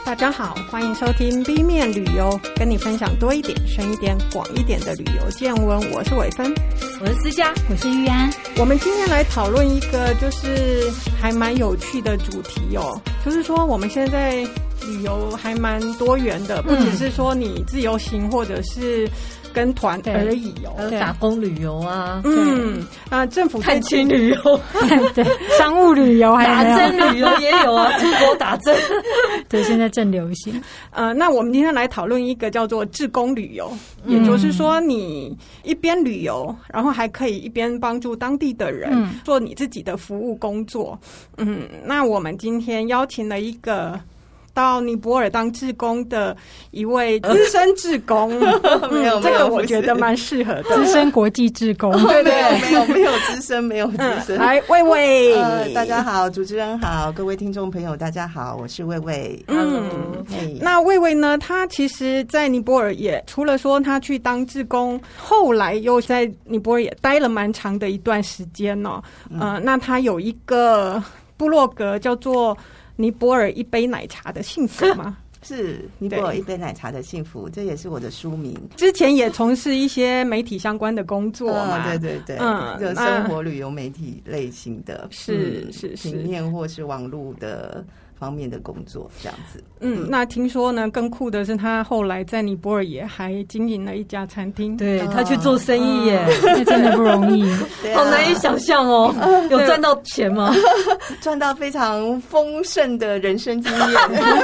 大家好，欢迎收听 B 面旅游，跟你分享多一点、深一点、广一点的旅游见闻。我是伟芬， 我是思佳， 我是玉安。 我们今天来讨论一个就是还蛮有趣的主题哦，就是说我们现在旅游还蛮多元的，不只是说你自由行或者是跟团而已哦， 打工旅游啊， 政府探亲旅游， 对，商务旅游还有打针旅游也有啊，出国打针， 对，现在正流行。 那我们今天来讨论一个叫做志工旅游，也就是说你一边旅游，然后还可以一边帮助当地的人做你自己的服务工作。那我们今天邀请了一个到尼泊尔当志工的一位资深志工，这个我觉得蛮适合的， 资深国际志工。 对对， 没有资深，没有资深。 来，魏魏， 大家好，主持人好，各位听众朋友，大家好，我是魏魏。 那魏魏呢？他其实，在尼泊尔也除了说他去当志工，后来又在尼泊尔也待了蛮长的一段时间哦。那他有一个部落格叫做尼泊尔一杯奶茶的幸福吗？ 是尼泊尔一杯奶茶的幸福，这也是我的书名。 之前也从事一些媒体相关的工作嘛， 对对对，就生活旅游媒体类型的， 是平面或是网络的方面的工作这样子。 那听说呢，更酷的是他后来在尼泊尔也还经营了一家餐厅， 对，他去做生意耶， 那真的不容易， 好难以想象哦。有赚到钱吗？ 赚到非常丰盛的人生经验。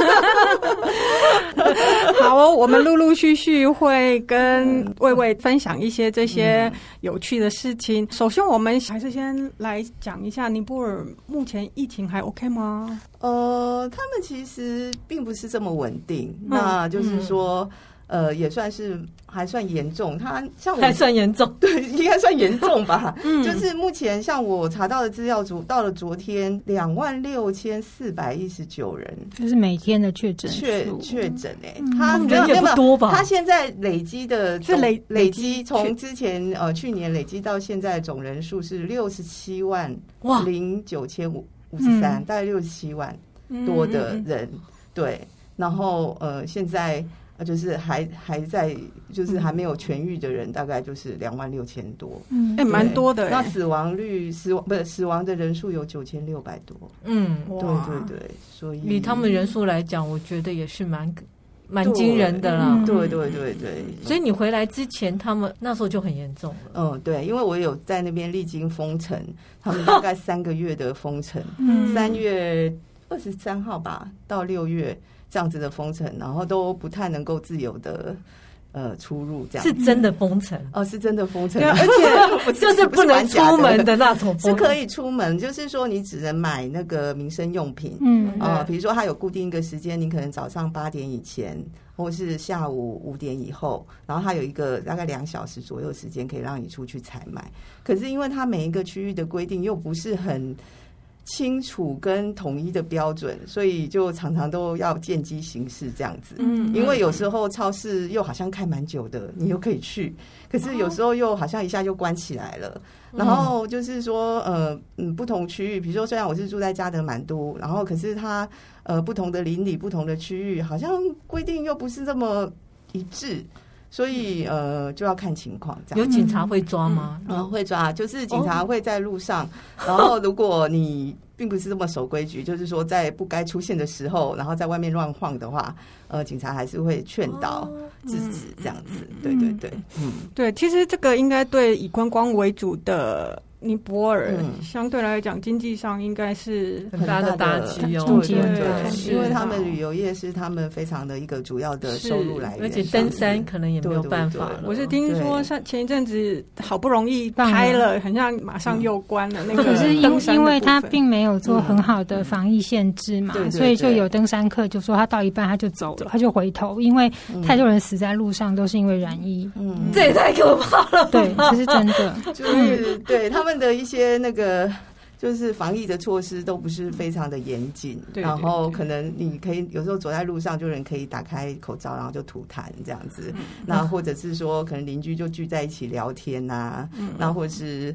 好哦，我们陆陆续续会跟魏魏分享一些这些有趣的事情。首先，我们还是先来讲一下尼泊尔目前疫情还 OK 吗？ 他们其实并不是这么稳定，那就是说，也算是还算严重。它像我还算严重， 对，应该算严重吧。就是目前像我查到的资料，到了昨天26,419人， 就是每天的确诊确诊他人也不多吧？ 他现在累积的是累积从之前去年累积到现在的总人数是67,09,553，大概67万多的人，对。然后现在就是还在，就是还没有痊愈的人，大概就是26,000多， 蛮多的。 那死亡的人数有9,600多，对对对，所以以他们人数来讲，我觉得也是蛮惊人的啦。 对对对对， 所以你回来之前，他们那时候就很严重了。 对，因为我有在那边历经封城，他们大概3个月的封城，3月23号吧到6月这样子的封城，然后都不太能够自由的出入，这样是真的封城是真的封城， 而且就是不能出门的那种， 是可以出门，就是说你只能买那个民生用品，比如说它有固定一个时间，你可能早上8点以前，或是下午5点以后，然后它有一个大概2小时左右的时间可以让你出去采买。可是因为它每一个区域的规定又不是很清楚跟统一的标准，所以就常常都要见机行事这样子。因为有时候超市又好像开蛮久的，你又可以去，可是有时候又好像一下就关起来了。然后就是说不同区域，比如说虽然我是住在加德满都，然后可是它不同的邻里、不同的区域，好像规定又不是这么一致。所以就要看情况这样。 有警察会抓吗？ 会抓，就是警察会在路上，然后如果你并不是这么守规矩，就是说在不该出现的时候，然后在外面乱晃的话，警察还是会劝导、制止这样子。对对对， 对，其实这个应该对以观光为主的尼泊尔相对来讲经济上应该是很大的打击哦， 因为他们旅游业是他们非常的一个主要的收入来源， 而且登山可能也没有办法了。 我是听说前一阵子好不容易开了，很像马上又关了那个可是因为他并没有做很好的防疫限制嘛，所以就有登山客就说他到一半他就走了，他就回头，因为太多人死在路上都是因为染疫。 这也太可怕了。 对，这是真的。 就是对他们的一些那个就是防疫的措施都不是非常的严谨，然后可能你可以有时候走在路上就人可以打开口罩然后就吐痰这样子，那或者是说可能邻居就聚在一起聊天啊，那或者是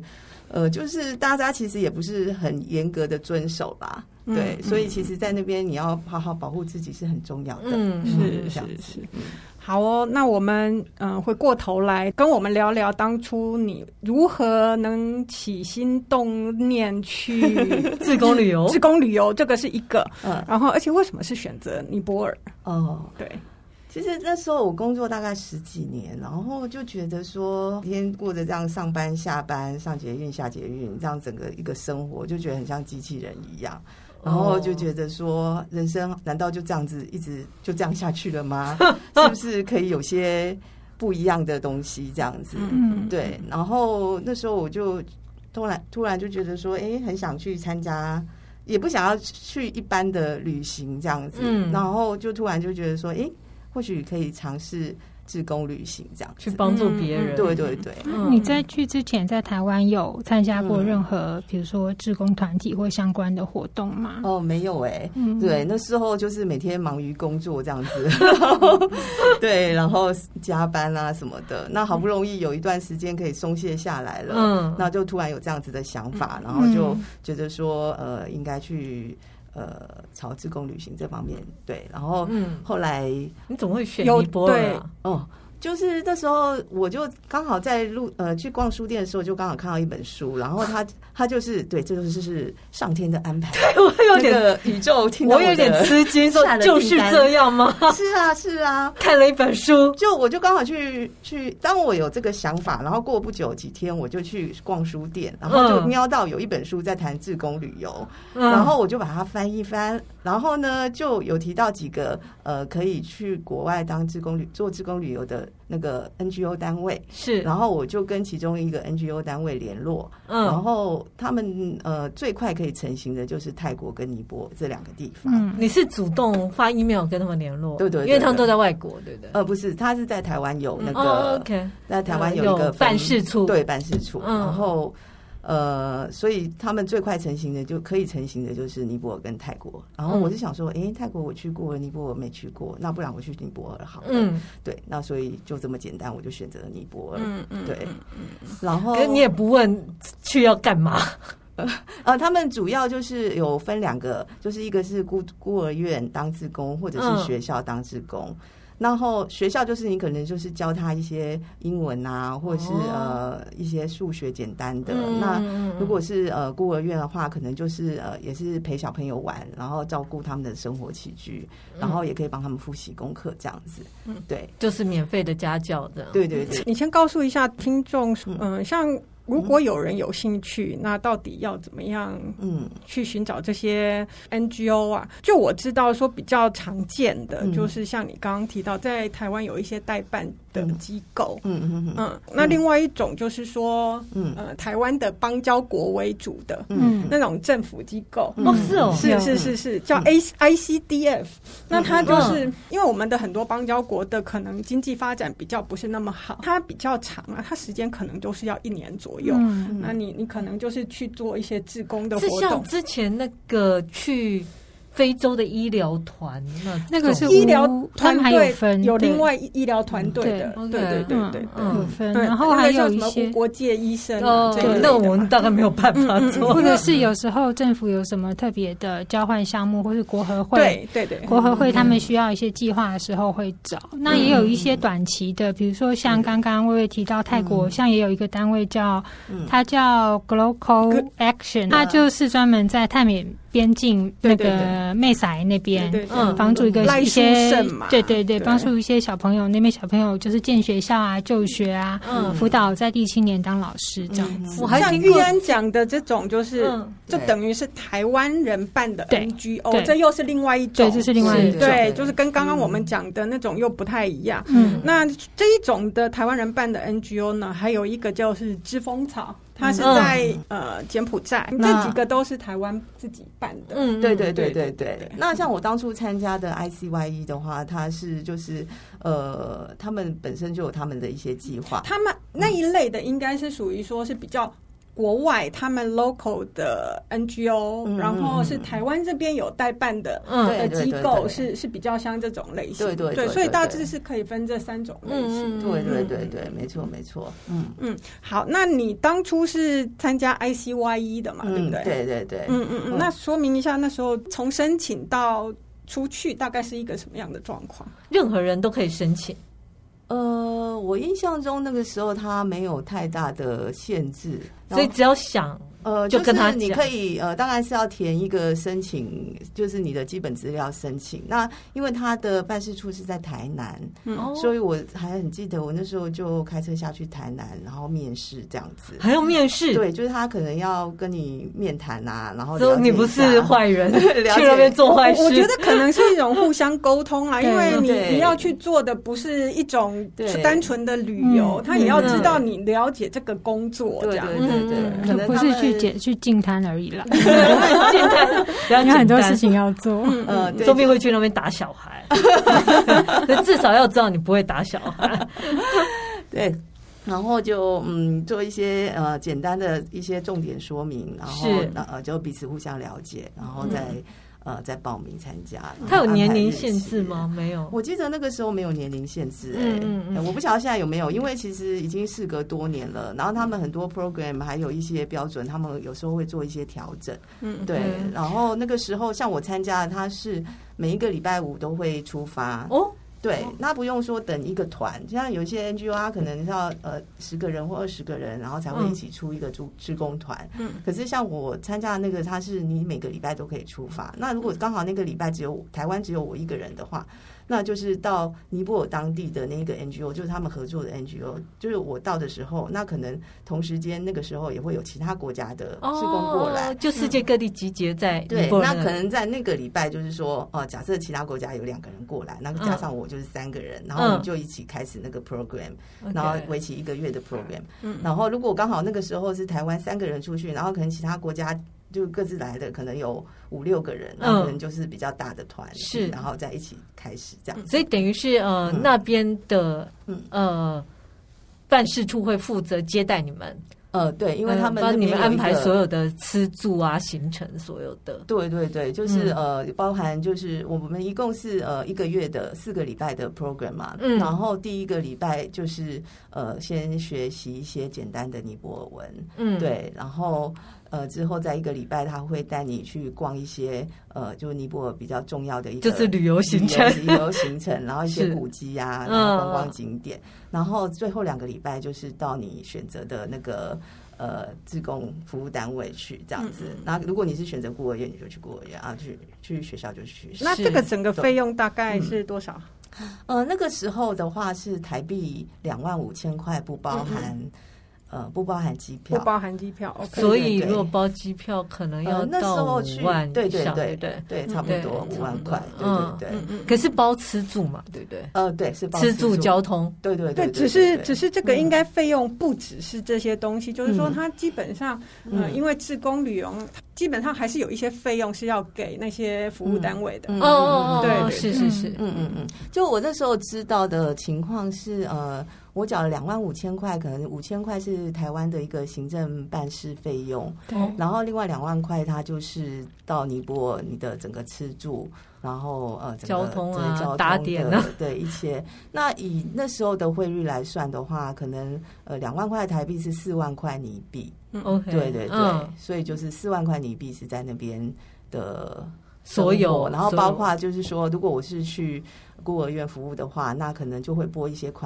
就是大家其实也不是很严格的遵守啦，对，所以其实在那边你要好好保护自己是很重要的。 是。好哦，那我们回过头来跟我们聊聊当初你如何能起心动念去志工旅游。 志工旅游这个是一个，然后而且为什么是选择尼泊尔？对。 其实那时候我工作大概10几年，然后就觉得说，天天过着这样上班下班、上捷运下捷运这样整个一个生活，就觉得很像机器人一样。然后就觉得说，人生难道就这样子一直就这样下去了吗？是不是可以有些不一样的东西这样子？对。然后那时候我就突然就觉得说，很想去参加。也不想要去一般的旅行这样子，然后就突然就觉得说，或许可以尝试志工旅行这样子， 去帮助别人。 对。 你在去之前在台湾有参加过任何比如说志工团体或相关的活动吗？ 没有对，那时候就是每天忙于工作这样子，对，然后加班啊什么的。那好不容易有一段时间可以松懈下来了，那就突然有这样子的想法，然后就觉得说应该去朝志工旅行这方面，对，然后后来你怎么会选尼泊尔啊？ 就是那时候我就刚好在去逛书店的时候，就刚好看到一本书，然后他就是对，这就是上天的安排。 我有点、 那个、宇宙听到我有点吃惊，说就是这样吗？ 是啊， 看了一本书， 我就刚好去，当我有这个想法，然后过不久几天我就去逛书店，然后就瞄到有一本书在谈志工旅游，然后我就把它翻一翻，然后呢就有提到几个可以去国外当做志工旅游的那个 NGO 单位，是，然后我就跟其中一个 NGO 单位联络，然后他们最快可以成行的就是泰国跟尼泊尔这2个地方。 你是主动发 email 跟他们联络？ 对， 因为他们都在外国，对不对？ 不是，他是在台湾有那个 ，OK， 在台湾有一个办事处， 对，办事处，然后。所以他们最快成行的就可以成行的就是尼泊尔跟泰国。然后我是想说，泰国我去过，尼泊尔没去过，那不然我去尼泊尔好了。对，那所以就这么简单，我就选择了尼泊尔。对。然后， 可是你也不问去要干嘛？ 他们主要就是有分2个，就是一个是孤儿院当志工，或者是学校当志工。然后学校就是你可能就是教他一些英文啊，或者是一些数学简单的。那如果是孤儿院的话，可能就是也是陪小朋友玩，然后照顾他们的生活起居，然后也可以帮他们复习功课这样子。对， 就是免费的家教的。 对。 你先告诉一下听众，像。如果有人有兴趣，那到底要怎么样去寻找这些 NGO 啊？就我知道说比较常见的就是像你刚刚提到在台湾有一些代办的机构，那另外一种就是说台湾的邦交国为主的那种政府机构，是叫 ICDF。那它就是因为我们的很多邦交国的可能经济发展比较不是那么好，它比较长啊，它时间可能都是要1年左右。那你可能就是去做一些志工的活动， 是像之前那个去非洲的医疗团， 那个是医疗团队有另外医疗团队的，对， 有分。然后还有一些国界医生， 那我们大概没有办法做。 或者是有时候政府有什么特别的交换项目，或是国合会，对，国合会他们需要一些计划的时候会找。那也有一些短期的，比如说像刚刚薇薇提到泰国，像也有一个单位它叫 Global Action， 它就是专门在泰缅边境那个妹仔那边帮助一些对帮助一些小朋友，那边小朋友就是建学校啊、就学啊，辅导在地青年当老师这样子。 我还听玉安讲的这种就是就等于是台湾人办的 NGO， 这又是另外一种， 对，这是另外一种， 对，就是跟刚刚我们讲的那种又不太一样。那这一种的台湾人办的 NGO 呢，还有一个就是知风草。它是在柬埔寨，这几个都是台湾自己办的。 对。那像我当初参加的 ICYE 的话，它是就是他们本身就有他们的一些计划。 他们那一类的应该是属于说是比较国外他们 local 的 NGO，然后是台湾这边有代办的机构，是比较像这种类型。对，所以大致是可以分这3种类型。 对，没错。 好，那你当初是参加 ICYE 的嘛？对不对？ 对。 那说明一下，那时候从申请到出去大概是一个什么样的状况？ 任何人都可以申请。 我印象中那个时候他没有太大的限制， 所以只要想就跟他讲， 你可以当然是要填一个申请，就是你的基本资料申请。那因为他的办事处是在台南，所以我还很记得我那时候就开车下去台南，然后面试这样子。 还要面试？ 对，就是他可能要跟你面谈啊，然后你不是坏人去那边做坏事。 我觉得可能是一种互相沟通啊，因为你要去做的不是一种单纯的旅游，他也要知道你了解这个工作，这样对， 可能不是去进摊而已啦。 进摊有很多事情要做， 说不定会去那边打小孩，至少要知道你不会打小孩。 对，然后就做一些简单的一些重点说明，然后就彼此互相了解，然后再报名参加。 它有年龄限制吗？没有， 我记得那个时候没有年龄限制。我不晓得现在有没有，因为其实已经事隔多年了。然后他们很多 program 还有一些标准，他们有时候会做一些调整。对。然后那个时候像我参加的，他是每一个礼拜5都会出发。对，那不用说等一个团，像有一些 NGO 它可能要10个人或20个人，然后才会一起出一个志工团。可是像我参加的那个，它是你每个礼拜都可以出发。那如果刚好那个礼拜台湾只有我一个人的话，那就是到尼泊尔当地的那个 NGO， 就是他们合作的 NGO， 就是我到的时候，那可能同时间那个时候也会有其他国家的志工过来， 就世界各地集结在尼泊尔。对，那可能在那个礼拜就是说，假设其他国家有2个人过来，那加上我就是3个人，然后我们就一起开始那个 program，然后为期1个月的 program。然后如果刚好那个时候是台湾3个人出去，然后可能其他国家就各自来的可能有5-6个人，那可能就是比较大的团，是，然后再一起开始这样子。 所以等于是那边的办事处会负责接待你们。 对，因为他们帮你们安排所有的吃住啊、行程，所有的。 对，就是包含就是我们一共是1个月的4个礼拜的 program 嘛。然后第1个礼拜就是先学习一些简单的尼泊尔文。对，然后之后在1个礼拜他会带你去逛一些就尼泊尔比较重要的一个就是旅游行程， 然后一些古迹啊，然后观光景点。然后最后2个礼拜就是到你选择的那个志工服务单位去这样子。那如果你是选择孤儿院，你就去孤儿院啊，去学校就去学校。 那这个整个费用大概是多少？ 那个时候的话是台币25,000块，不包含机票， 不包含机票。 所以如果包机票，可能要到5万以上， 对，差不多5万块，对。 可是包吃住嘛，对不对？ 对，是包吃住交通， 对。 只是这个应该费用不只是这些东西，就是说它基本上，因为志工旅游基本上还是有一些费用是要给那些服务单位的。 对，是。 就我那时候知道的情况是，我缴了25,000块，可能5,000块是台湾的一个行政办事费用，然后另外2万块它就是到尼泊尔你的整个吃住，然后交通啊、打点啊， 对一切。那以那时候的汇率来算的话，可能2万块台币是4万块尼币。 OK， 对，所以就是4万块尼币是在那边的所有， 然后包括就是说，如果我是去孤儿院服务的话，那可能就会拨一些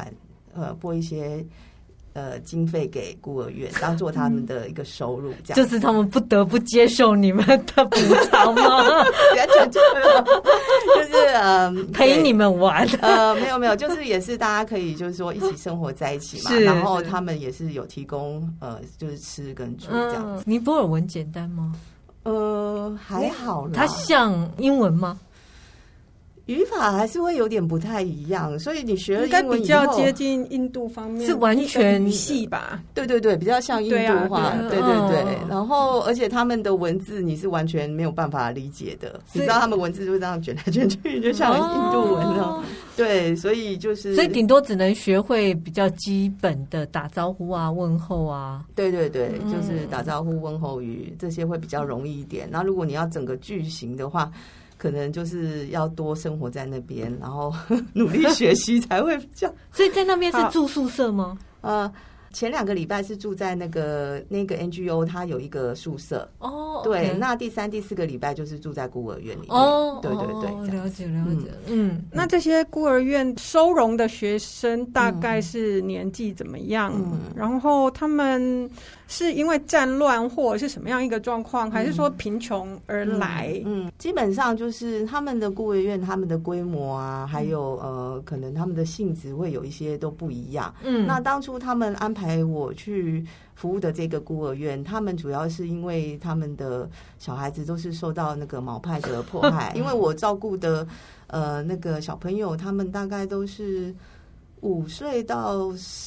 经费给孤儿院，当做他们的一个收入，这样就是他们不得不接受你们的补偿吗？ 不要讲这个，就是陪你们玩。 没有，就是也是大家可以就是说一起生活在一起嘛，然后他们也是有提供就是吃跟住这样子。 尼泊尔文简单吗？ 还好啦。 它像英文吗？ 语法还是会有点不太一样，所以你学了英文以后应该比较接近印度方面， 是完全语系吧？ 对，比较像印度话，对。然然后而且他们的文字你是完全没有办法理解的，你知道他们文字就这样卷来卷去，就像印度文哦。对，所以顶多只能学会比较基本的打招呼啊、问候啊。 对对对，就是打招呼、问候语这些会比较容易一点。那如果你要整个句型的话，可能就是要多生活在那边，然后努力学习才会比较。 所以在那边是住宿舍吗？ 前2个礼拜是住在那个 NGO， 它有一个宿舍哦。 对，那第3、第4个礼拜就是住在孤儿院里面。哦，对对对， 了解。 那这些孤儿院收容的学生大概是年纪怎么样？然后他们是因为战乱或者是什么样一个状况，还是说贫穷而来？ 基本上就是他们的孤儿院，他们的规模啊，还有可能他们的性质会有一些都不一样。那当初他们安排我去服务的这个孤儿院，他们主要是因为他们的小孩子都是受到那个毛派的迫害，因为我照顾的那个小朋友，他们大概都是5岁到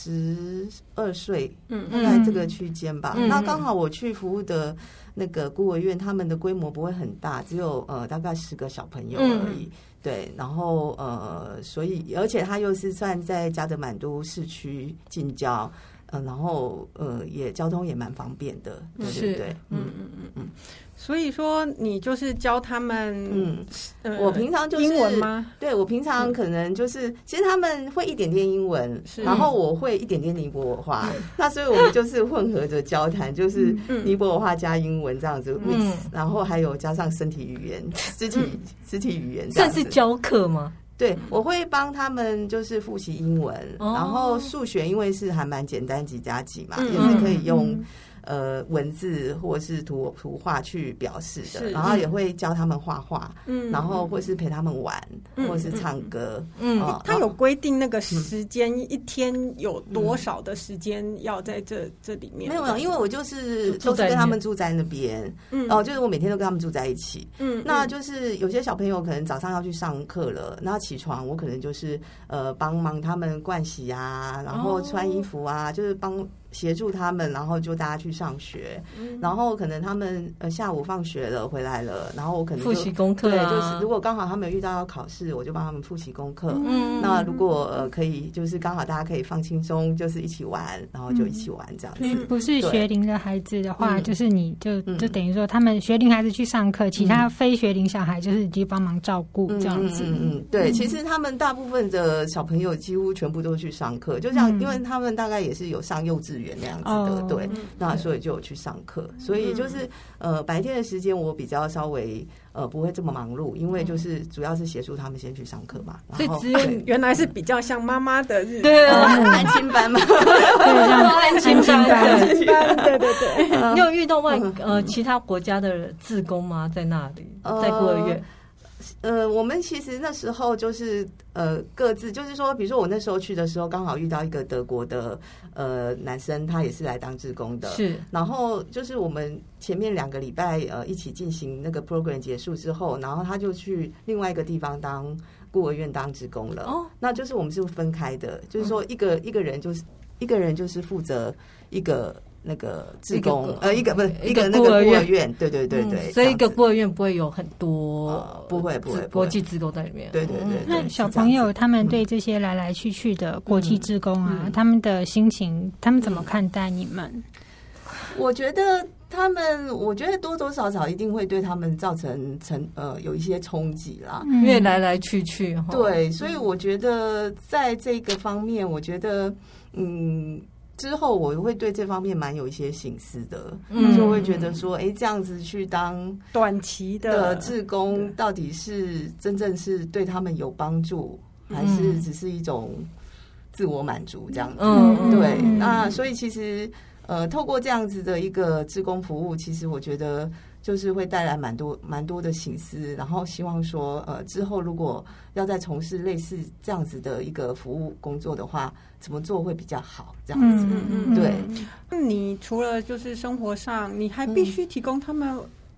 12岁，大概这个区间吧。那刚好我去服务的那个孤儿院，他们的规模不会很大，只有大概10个小朋友而已。对，然后所以而且他又是算在加德满都市区近郊，然后也交通也蛮方便的，对对对， 所以说你就是教他们， 我平常就是英文吗？ 对，我平常可能就是其实他们会一点点英文，然后我会一点点尼泊尔话，那所以我们就是混合着交谈，就是尼泊尔话加英文这样子 mix，然后还有加上身体语言、肢体语言， 算是教课吗？ 对，我会帮他们就是复习英文，然后数学因为是还蛮简单几加几嘛，也是可以用文字或是图画去表示的，然后也会教他们画画，然后或是陪他们玩，或是唱歌。 他有规定那个时间，一天有多少的时间要在这里面？ 没有，因为我就是都是跟他们住在那边，就是我每天都跟他们住在一起。那就是有些小朋友可能早上要去上课了，那起床我可能就是帮忙他们盥洗啊，然后穿衣服啊，就是协助他们，然后就大家去上学，然后可能他们下午放学了回来了，然后我可能复习功课， 对，就是如果刚好他们有遇到要考试，我就帮他们复习功课。那如果可以，就是刚好大家可以放轻松，就是一起玩，然后就一起玩这样子。 不是学龄的孩子的话，就是你就等于说他们学龄孩子去上课，其他非学龄小孩就是去帮忙照顾这样子。 对，其实他们大部分的小朋友几乎全部都去上课，就像因为他们大概也是有上幼稚园那样子的，对，那所以就有去上课，所以就是白天的时间我比较稍微不会这么忙碌，因为就是主要是协助他们先去上课嘛。 所以只有原来是比较像妈妈的日子， 对安亲班嘛， 对，像安亲班， 对对对。 你有遇到其他国家的志工吗？在那里，在孤儿院？ 我们其实那时候就是各自就是说，比如说我那时候去的时候，刚好遇到一个德国的男生，他也是来当志工的， 是。 然后就是我们前面2个礼拜一起进行那个 program 结束之后，然后他就去另外一个地方当孤儿院当志工了。那就是我们是分开的，就是说一个人就是负责一个那个志工，一个那个孤儿院，对对对对， 所以一个孤儿院不会有很多不会国际志工在里面， 对对对。 那小朋友他们对这些来来去去的国际志工啊，他们的心情，他们怎么看待你们？ 我觉得多多少少一定会对他们造成有一些冲击啦， 因为来来去去， 对，所以我觉得在这个方面，我觉得之后我会对这方面蛮有一些省思的，就会觉得说，这样子去当短期的志工，到底是真正是对他们有帮助，还是只是一种自我满足这样子？对，那所以其实透过这样子的一个志工服务，其实我觉得就是会带来蛮多的省思，然后希望说之后如果要再从事类似这样子的一个服务工作的话，怎么做会比较好这样子。对， 你除了就是生活上，你还必须提供他们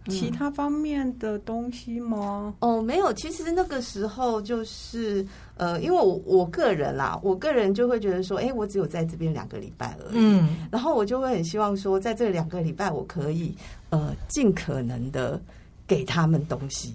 其他方面的东西吗？ 没有。其实那个时候就是因为我个人啦，我个人就会觉得说，我只有在这边2个礼拜而已，然后我就会很希望说，在这2个礼拜我可以尽可能的给他们东西。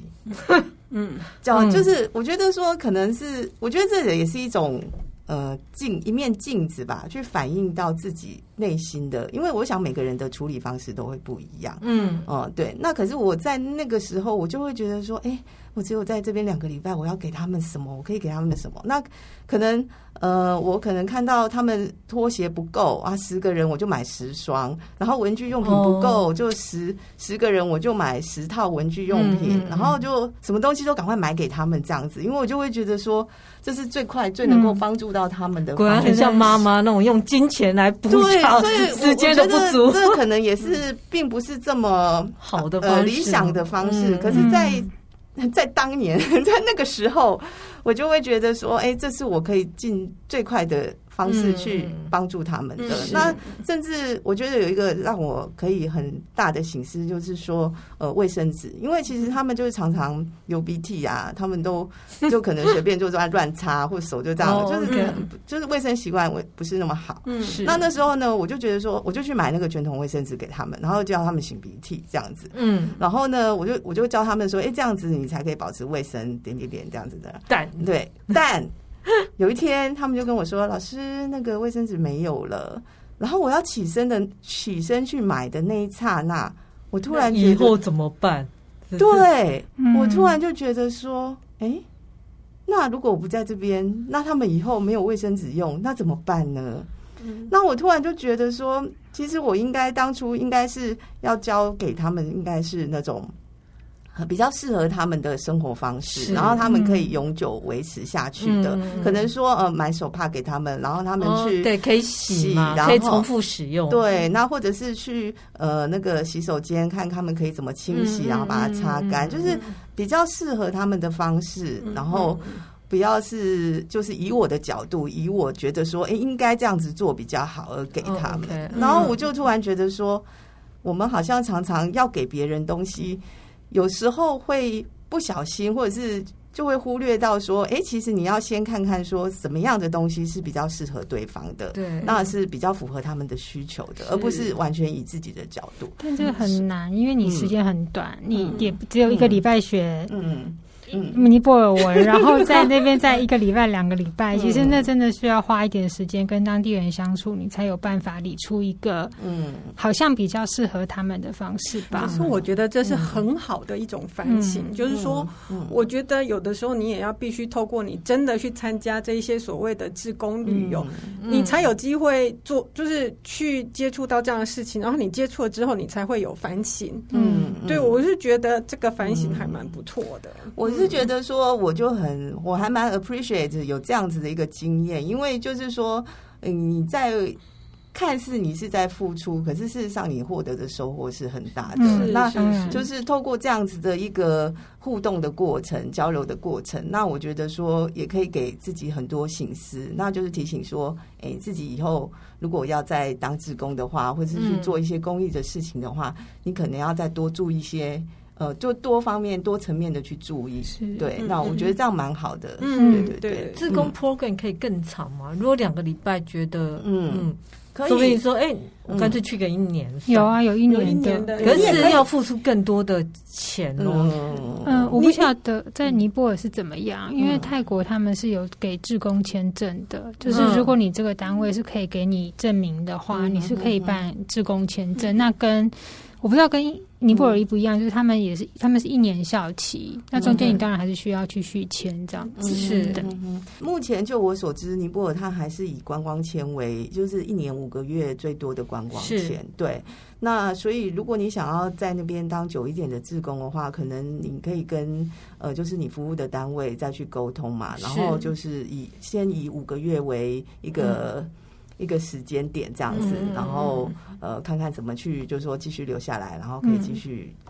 就是我觉得说，可能是我觉得这也是一种一面镜子吧，去反映到自己内心的，因为我想每个人的处理方式都会不一样。对。那可是我在那个时候，我就会觉得说，我只有在这边2个礼拜，我要给他们什么？我可以给他们什么？那可能我可能看到他们拖鞋不够啊，10个人我就买10双，然后文具用品不够，就10个人我就买10套文具用品，然后就什么东西都赶快买给他们这样子，因为我就会觉得说，这是最快最能够帮助到他们的。 果然很像妈妈那种用金钱来补偿时间的不足， 这可能也是并不是这么好的方式理想的方式。可是在当年在那个时候，我就会觉得说，这是我可以尽最快的方式去帮助他们的。那甚至我觉得有一个让我可以很大的省思，就是说卫生纸，因为其实他们就是常常流鼻涕啊，他们都就可能随便就乱擦，或手就这样，就是卫生习惯不是那么好。那时候呢，我就觉得说，我就去买那个卷筒卫生纸给他们，然后教他们擤鼻涕这样子。然后呢，我就教他们说，这样子你才可以保持卫生，点这样子的。但有一天他们就跟我说，老师，那个卫生纸没有了。然后我要起身去买的那一刹那，我突然觉得以后怎么办？ 对，我突然就觉得说，那如果我不在这边，那他们以后没有卫生纸用，那怎么办呢？那我突然就觉得说，其实我当初应该是要教给他们，应该是那种比较适合他们的生活方式，然后他们可以永久维持下去的。可能说买手帕给他们，然后他们去对可以洗嘛，可以重复使用。 对，那或者是去那个洗手间看他们可以怎么清洗，然后把它擦干，就是比较适合他们的方式。然后不要是就是以我的角度，以我觉得说应该这样子做比较好而给他们。然后我就突然觉得说，我们好像常常要给别人东西，有时候会不小心，或者是就会忽略到说，其实你要先看看说什么样的东西是比较适合对方的， 对， 那是比较符合他们的需求的，而不是完全以自己的角度。 但这个很难，因为你时间很短，你也只有1个礼拜学。尼泊尔文，然后在那边在1个礼拜2个礼拜，其实那真的需要花一点时间跟当地人相处，你才有办法理出一个好像比较适合他们的方式吧。 可是我觉得这是很好的一种反省，就是说我觉得有的时候你也要必须透过你真的去参加这一些所谓的志工旅游，你才有机会做，就是去接触到这样的事情，然后你接触了之后你才会有反省。对，我是觉得这个反省还蛮不错的。 我是觉得说，我还蛮 appreciate 有这样子的一个经验，因为就是说，你在看似你是在付出，可是事实上你获得的收获是很大的。那就是透过这样子的一个互动的过程、交流的过程，那我觉得说也可以给自己很多省思，那就是提醒说，自己以后如果要再当志工的话，或者是去做一些公益的事情的话，你可能要再多注意一些。就多方面、多层面的去注意，对。那我觉得这样蛮好的。对。 志工 program 可以更长吗？如果2个礼拜觉得， 可以。 说不定说，我干脆去个1年。 有啊，有1年的， 可是要付出更多的钱哦。 我不晓得在尼泊尔是怎么样，因为泰国他们是有给志工签证的，就是如果你这个单位是可以给你证明的话，你是可以办志工签证。那跟我不知道跟尼泊尔不一样，就是他们是1年效期，那中间你当然还是需要去续签这样子。 是的。 目前就我所知，尼泊尔它还是以观光签为，就是1年5个月最多的观光签。对。那所以如果你想要在那边当久一点的志工的话，可能你可以跟就是你服务的单位再去沟通嘛，然后就是先以5个月为一个时间点这样子，然后看看怎么去，就是说继续留下来，然后可以继续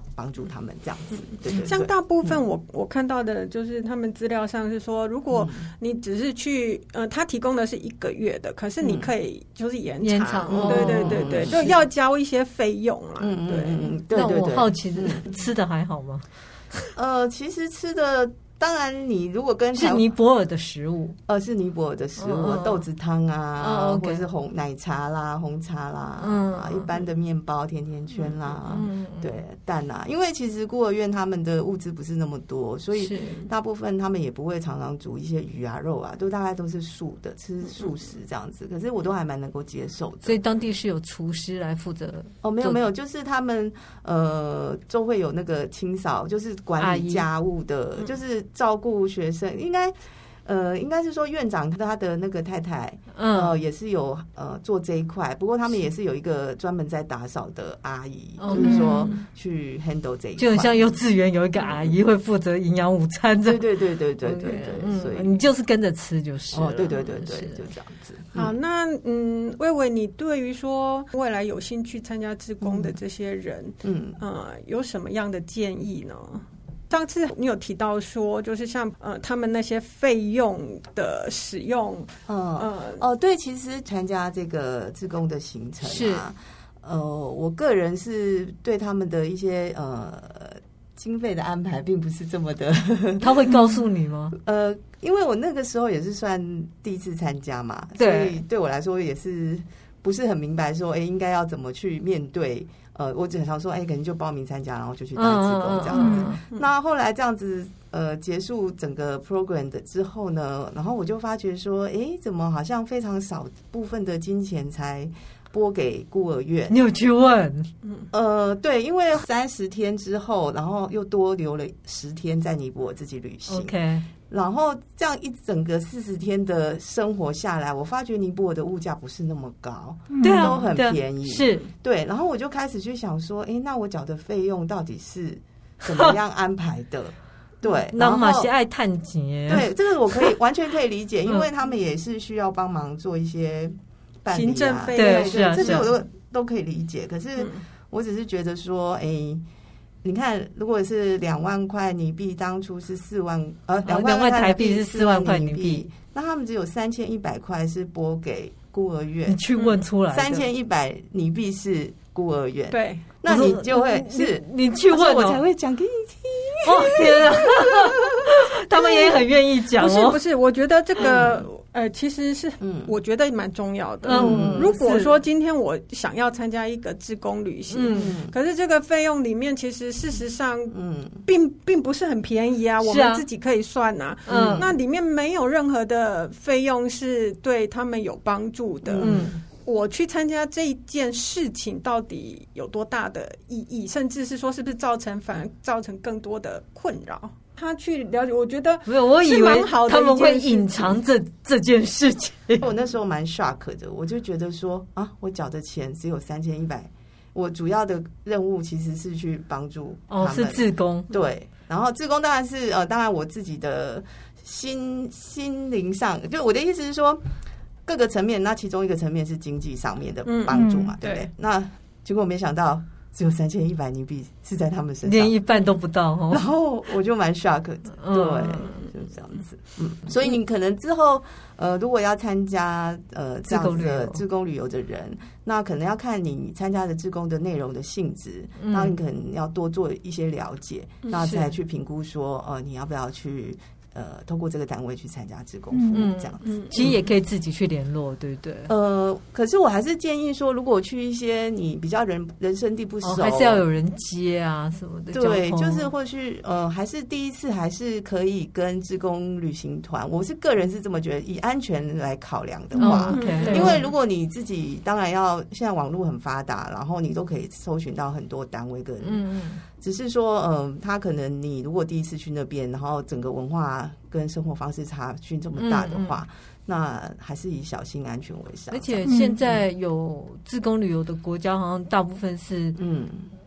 帮助他们这样子。对对对， 像大部分我看到的就是他们资料上是说，如果你只是去他提供的是1个月的，可是你可以就是延长，对对对对，就要交一些费用啊。 对。 那我好奇的，吃的还好吗？ 其实吃的。当然，你如果跟是尼泊尔的食物， 是尼泊尔的食物，豆子汤啊，或者是奶茶啦、红茶啦，一般的面包、甜甜圈啦，对，蛋啊。因为其实孤儿院他们的物资不是那么多，所以大部分他们也不会常常煮一些鱼啊、肉啊，大概都是素的，吃素食这样子。可是我都还蛮能够接受的。 所以当地是有厨师来负责？ 没有，就是他们就会有那个清扫，就是管理家务的，就是照顾学生，应该是说院长他的那个太太，也是有做这一块。不过他们也是有一个专门在打扫的阿姨，就是说去 handle 这一块， 就很像幼稚园有一个阿姨会负责营养午餐这样。 对，所以你就是跟着吃就是了。 对，就这样子。 好，那薇薇，你对于说未来有兴趣参加志工的这些人，有什么样的建议呢？上次你有提到说，就是像他们那些费用的使用， 对，其实参加这个志工的行程啊，我个人是对他们的一些经费的安排并不是这么的。 他会告诉你吗？ 因为我那个时候也是算第一次参加嘛，所以对我来说也是不是很明白说，应该要怎么去面对。我只想说，可能就报名参加，然后就去当志工这样子。那后来这样子，结束整个 program 的之后呢，然后我就发觉说，怎么好像非常少部分的金钱才拨给孤儿院？ 你有去问？ 对，因为30天之后，然后又多留了10天在尼泊尔自己旅行。 OK。 然后这样一整个40天的生活下来，我发觉尼泊尔的物价不是那么高， 对啊， 都很便宜， 是对。然后我就开始去想说，那我缴的费用到底是怎么样安排的？对， 那马西爱探钱， 对，这个我完全可以理解，因为他们也是需要帮忙做一些办理行政费， 对，这些我都可以理解。可是我只是觉得说，你看，如果是2万块尼币，当初是4万，2万台币是4万块尼币， 那他们只有3100块是拨给孤儿院。 你去问出来 ，3100尼币是孤儿院， 对， 那你就会是你去问， 我才会讲给你听。 天啊，他们也很愿意讲。 不是，我觉得这个其实是我觉得蛮重要的。如果说今天我想要参加一个志工旅行，可是这个费用里面其实事实上并不是很便宜啊，我们自己可以算啊。那里面没有任何的费用是对他们有帮助的。我去参加这一件事情到底有多大的意义，甚至是说是不是反而造成更多的困扰？他去了解，我觉得没有，我以为他们会隐藏这件事情。 我那时候蛮 shock 的，我就觉得说我缴的钱只有3100，我主要的任务其实是去帮助他们， 是志工， 对。然后志工当然是当然我自己的心灵上，就我的意思是说各个层面，那其中一个层面是经济上面的帮助嘛，对不对？那结果没想到只有3100尼币是在他们身上， 连一半都不到哦。 然后我就蛮 shock 的，对，就这样子。所以你可能之后如果要参加这样子的志工旅游的人，那可能要看你参加的志工的内容的性质，那你可能要多做一些了解，那才去评估说你要不要去。透过这个单位去参加志工服务这样子， 其实也可以自己去联络，对不对？ 可是我还是建议说，如果去一些你比较人生地不熟， 还是要有人接啊什么的。 对，就是或许还是第一次还是可以跟志工旅行团，我是个人是这么觉得，以安全来考量的话，因为如果你自己当然要现在网络很发达，然后你都可以搜寻到很多单位跟只是说，他可能你如果第一次去那边，然后整个文化跟生活方式差距这么大的话，那还是以小心安全为上。 而且现在有志工旅游的国家，好像大部分是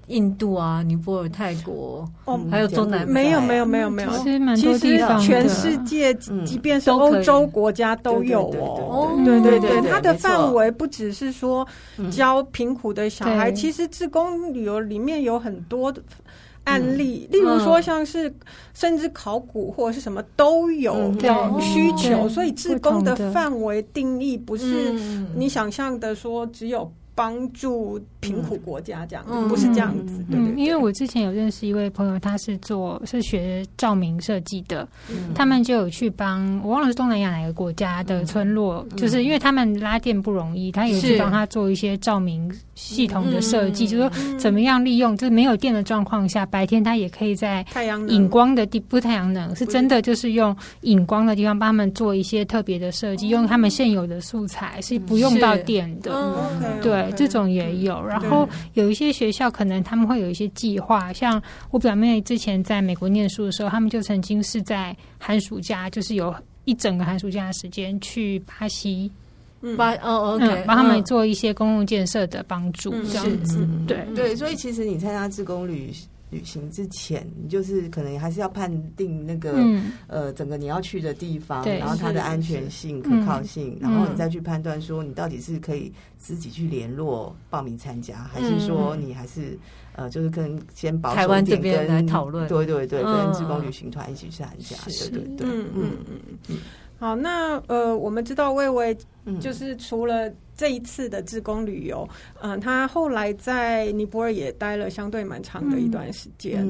印度啊、尼泊尔、泰国，还有中南没有， 其实全世界，即便是欧洲国家都有哦。对，它的范围不只是说教贫苦的小孩，其实志工旅游里面有很多案例，例如说像是甚至考古或者是什么都有需求，所以志工的范围定义不是你想象的说只有帮助贫苦国家这样子，不是这样子。对， 因为我之前有认识一位朋友，他是学照明设计的，他们就有去帮我忘了是东南亚哪个国家的村落，就是因为他们拉电不容易，他有去帮他做一些照明系统的设计，就是说怎么样利用就是没有电的状况下，白天他也可以在引光的不是太阳能，是真的就是用引光的地方帮他们做一些特别的设计，用他们现有的素材是不用到电的。对，这种也有。然后有一些学校可能他们会有一些计划，像我表妹之前在美国念书的时候，他们就曾经是在寒暑假，就是有一整个寒暑假的时间去巴西，帮他们做一些公共建设的帮助，这样子。 对，所以其实你参加志工旅行之前，你就是可能还是要判定那个整个你要去的地方，然后它的安全性、可靠性，然后你再去判断说你到底是可以自己去联络报名参加，还是说你还是就是先保守台湾这边来讨论， 对，跟志工旅行团一起参加，对。 好，那我们知道魏魏就是除了这一次的志工旅游，他后来在尼泊尔也待了相对蛮长的一段时间。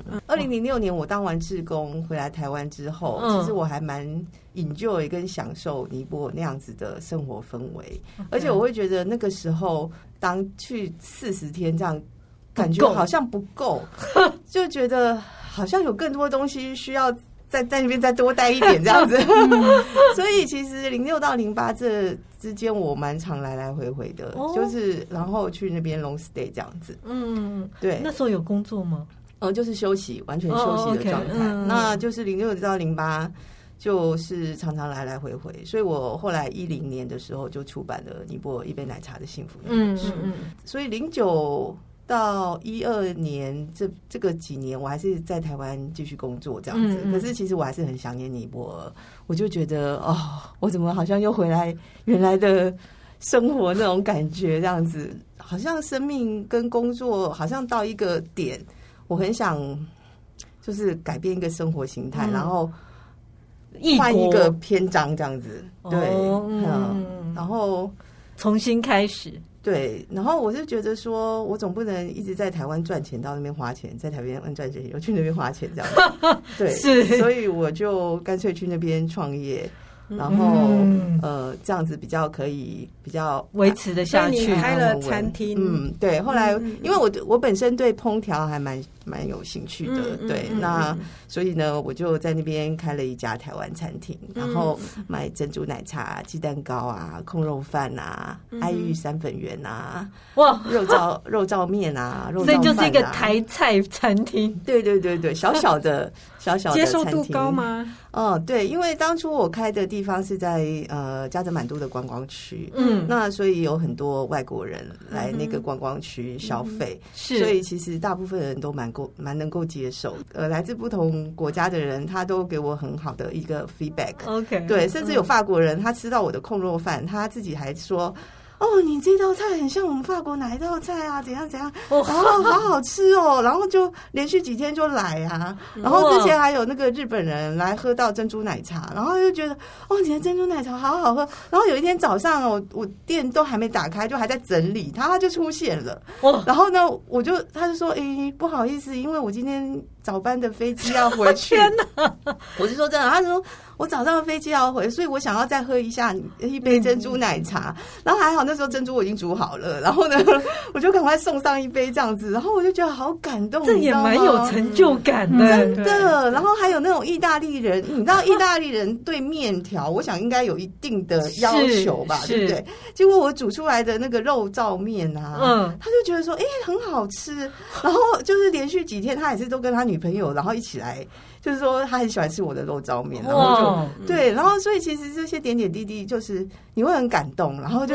2006年我当完志工回来台湾之后，其实我还蛮 enjoy 跟享受尼泊尔那样子的生活氛围，而且我会觉得那个时候当去40天这样，感觉好像不够，就觉得好像有更多东西需要在那边再多待一点这样子。所以其实06到08这之间我蛮常来回回的，就是然后去那边 long stay 这样子。对。 那时候有工作吗？ 就是休息，完全休息的状态。那就是06到08就是常常来回回，所以我后来10年的时候就出版了尼泊尔一杯奶茶的幸福那本书。所以09到12年这个几年我还是在台湾继续工作这样子，可是其实我还是很想念尼泊尔，我就觉得我怎么好像又回来原来的生活那种感觉这样子，好像生命跟工作好像到一个点，我很想就是改变一个生活形态，然后换一个篇章这样子。对，然后重新开始。 对，然后我是觉得说我总不能一直在台湾赚钱到那边花钱，在台湾赚钱又去那边花钱这样子。对，是，所以我就干脆去那边创业，然后这样子比较可以比较维持的下去。 你开了餐厅， 对，后来因为我本身对烹调还蛮有兴趣的，对，那所以呢我就在那边开了一家台湾餐厅，然后卖珍珠奶茶、鸡蛋糕啊、控肉饭啊、爱玉3粉圆啊，哇，肉燥面啊，肉燥饭啊， 所以就是一个台菜餐厅。 对，小小的餐厅。 接受度高吗？ 对，因为当初我开的地方是在加德满都的观光区，那所以有很多外国人来那个观光区消费，所以其实大部分人都蛮能够接受。来自不同国家的人，他都给我很好的一个 feedback。OK， 对，甚至有法国人，他吃到我的控肉饭，他自己还说，你这道菜很像我们法国哪一道菜啊？怎样？然后好好吃哦，然后就连续几天就来啊。然后之前还有那个日本人来喝到珍珠奶茶，然后就觉得你的珍珠奶茶好好喝。然后有一天早上我店都还没打开，就还在整理，他就出现了。然后呢，他就说，不好意思，因为我今天早班的飞机要回去。 天哪！ 我就说真的，他说我早上的飞机要回，所以我想要再喝一杯珍珠奶茶。然后还好那时候珍珠我已经煮好了，然后呢我就赶快送上一杯这样子，然后我就觉得好感动， 这也蛮有成就感的， 真的。然后还有那种意大利人，你知道意大利人对面条我想应该有一定的要求吧，对不对？结果我煮出来的那个肉燥面啊，他就觉得说很好吃，然后就是连续几天他也是都跟他女朋友然后一起来，就是说他很喜欢吃我的肉燥面，然后就对，然后所以其实这些点点滴滴就是你会很感动，然后就觉得说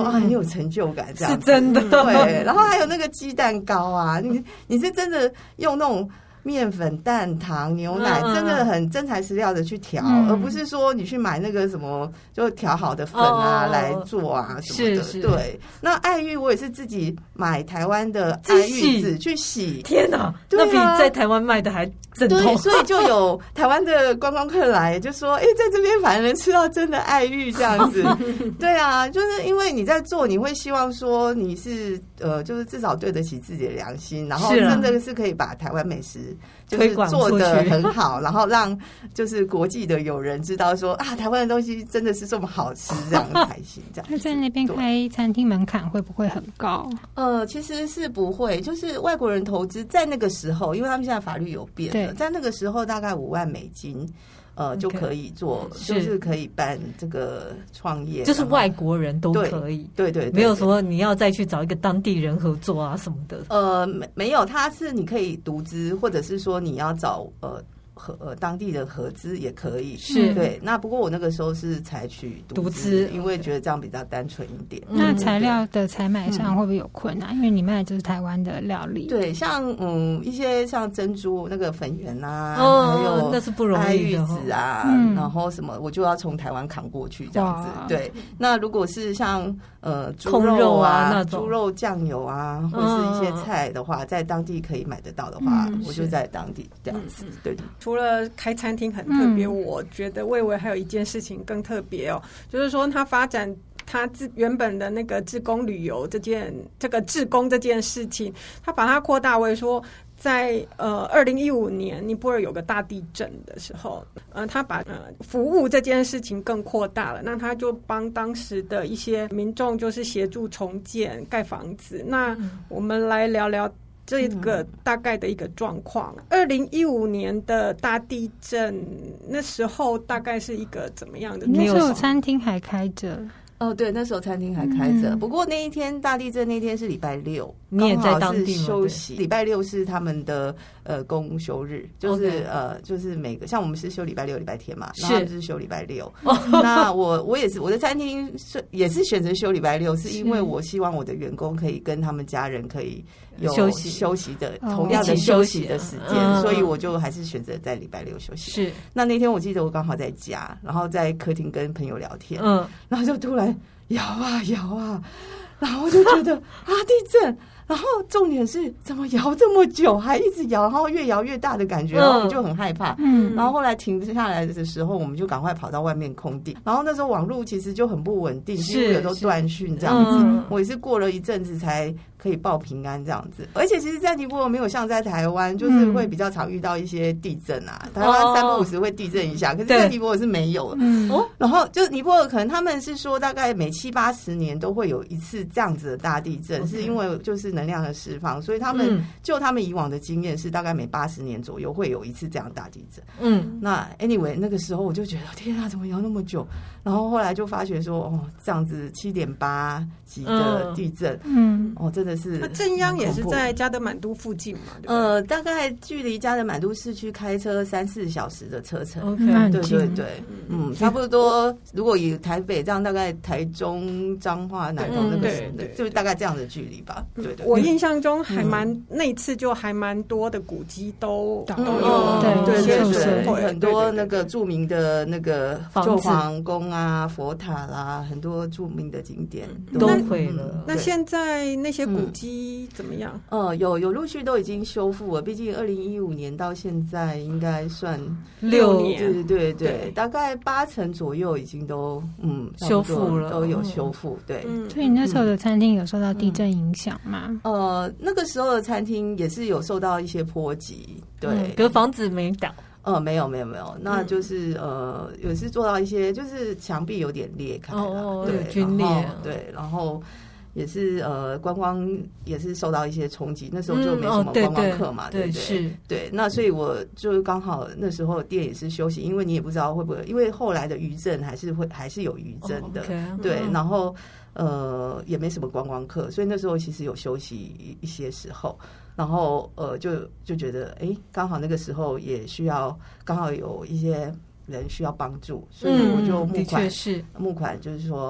很有成就感，这样是真的。 对，然后还有那个鸡蛋糕啊，你是真的用那种面粉、蛋、糖、牛奶，真的很真材实料的去调，而不是说你去买那个什么就调好的粉啊来做啊什么的。 是对，那爱玉我也是自己买台湾的爱玉子去洗。 天哪，那比在台湾卖的还正统。 对，所以就有台湾的观光客来就说，在这边反而能吃到真的爱玉这样子。对啊，就是因为你在做，你会希望说你是就是至少对得起自己的良心，然后真的是可以把台湾美食就是做得很好，然后让就是国际的友人知道说啊，台湾的东西真的是这么好吃，这样才行。这样那在那边开餐厅门槛会不会很高？ 其实是不会，就是外国人投资在那个时候，因为他们现在法律有变了，在那个时候大概5万美金。就可以做，就是可以办这个创业， 就是外国人都可以， 对， 没有说你要再去找一个当地人合作啊什么的。 没有，它是你可以独资，或者是说你要找当地的合资也可以， 是对。那不过我那个时候是采取独资，因为觉得这样比较单纯一点。 那材料的采买上会不会有困难？因为你卖的就是台湾的料理， 对，像一些像珍珠那个粉圆啊，还有那是不容易的，爱玉子啊，然后什么我就要从台湾扛过去这样子。对，那如果是像猪肉啊、那猪肉酱油啊，或者是一些菜的话，在当地可以买得到的话，我就在当地这样子。对。 除了开餐厅很特别，我觉得魏巍还有一件事情更特别就是说他发展他原本的那个志工旅游这个志工这件事情，他把它扩大为说，在2015年尼泊尔有个大地震的时候，他把服务这件事情更扩大了。那他就帮当时的一些民众就是协助重建盖房子。那我们来聊聊这个大概的一个状况。2015年的大地震那时候大概是一个怎么样的？ 那时候餐厅还开着。 对，那时候餐厅还开着。不过那一天大地震那天是礼拜六， 你也在当地休息。礼拜六是他们的公休日，就是就是每个像我们是休礼拜六、礼拜天嘛，然后他们是休礼拜六。那我也是，我的餐厅也是选择休礼拜六，是因为我希望我的员工可以跟他们家人可以有休息的同样的休息的时间，所以我就还是选择在礼拜六休息。 是， 那天我记得我刚好在家，然后在客厅跟朋友聊天，然后就突然摇啊摇啊，然后就觉得啊地震，然后重点是怎么摇这么久，还一直摇，然后越摇越大的感觉，然后我们就很害怕。然后后来停下来的时候，我们就赶快跑到外面空地。然后那时候网络其实就很不稳定，几乎有时候断讯这样子。我也是过了一阵子才可以报平安这样子。而且其实在尼泊尔没有像在台湾，就是会比较常遇到一些地震啊。台湾3不5时会地震一下，可是在尼泊尔是没有的。然后就尼泊尔可能他们是说大概每70-80年都会有一次这样子的大地震，是因为就是能量的释放，所以他们就他们以往的经验是大概每80年左右会有一次这样大地震。那 anyway 那个时候我就觉得天啊，怎么摇那么久？然后后来就发觉说这样子7.8级的地震，真的是。 那震央也是在加德满都附近嘛？对不对？ 大概距离加德满都市区开车3-4小时的车程。对对对，差不多。如果以台北这样，大概台中、彰化、南投那个，就是大概这样的距离吧。对对， 我印象中还那次就还蛮多的古迹都有， 对，很多那个著名的那个旧皇宫啊、佛塔啦，很多著名的景点都毁了。 那现在那些古迹怎么样？ 有陆续都已经修复了，毕竟2015年到现在应该算 6年， 对，大概80%左右已经都修复了， 都有修复。对， 所以你那时候的餐厅有受到地震影响吗？ 那个时候的餐厅也是有受到一些波及，对， 可是房子没倒。 没有，那就是有是做到一些，就是墙壁有点裂开了，对， 皲裂， 对，然后也是观光也是受到一些冲击，那时候就没什么观光客嘛，对不对？ 是， 对，那所以我就刚好那时候店也是休息，因为你也不知道会不会，因为后来的余震还是有余震的，对，然后也没什么观光客，所以那时候其实有休息一些时候。然后就觉得刚好那个时候也需要，刚好有一些人需要帮助，所以我就募款就是说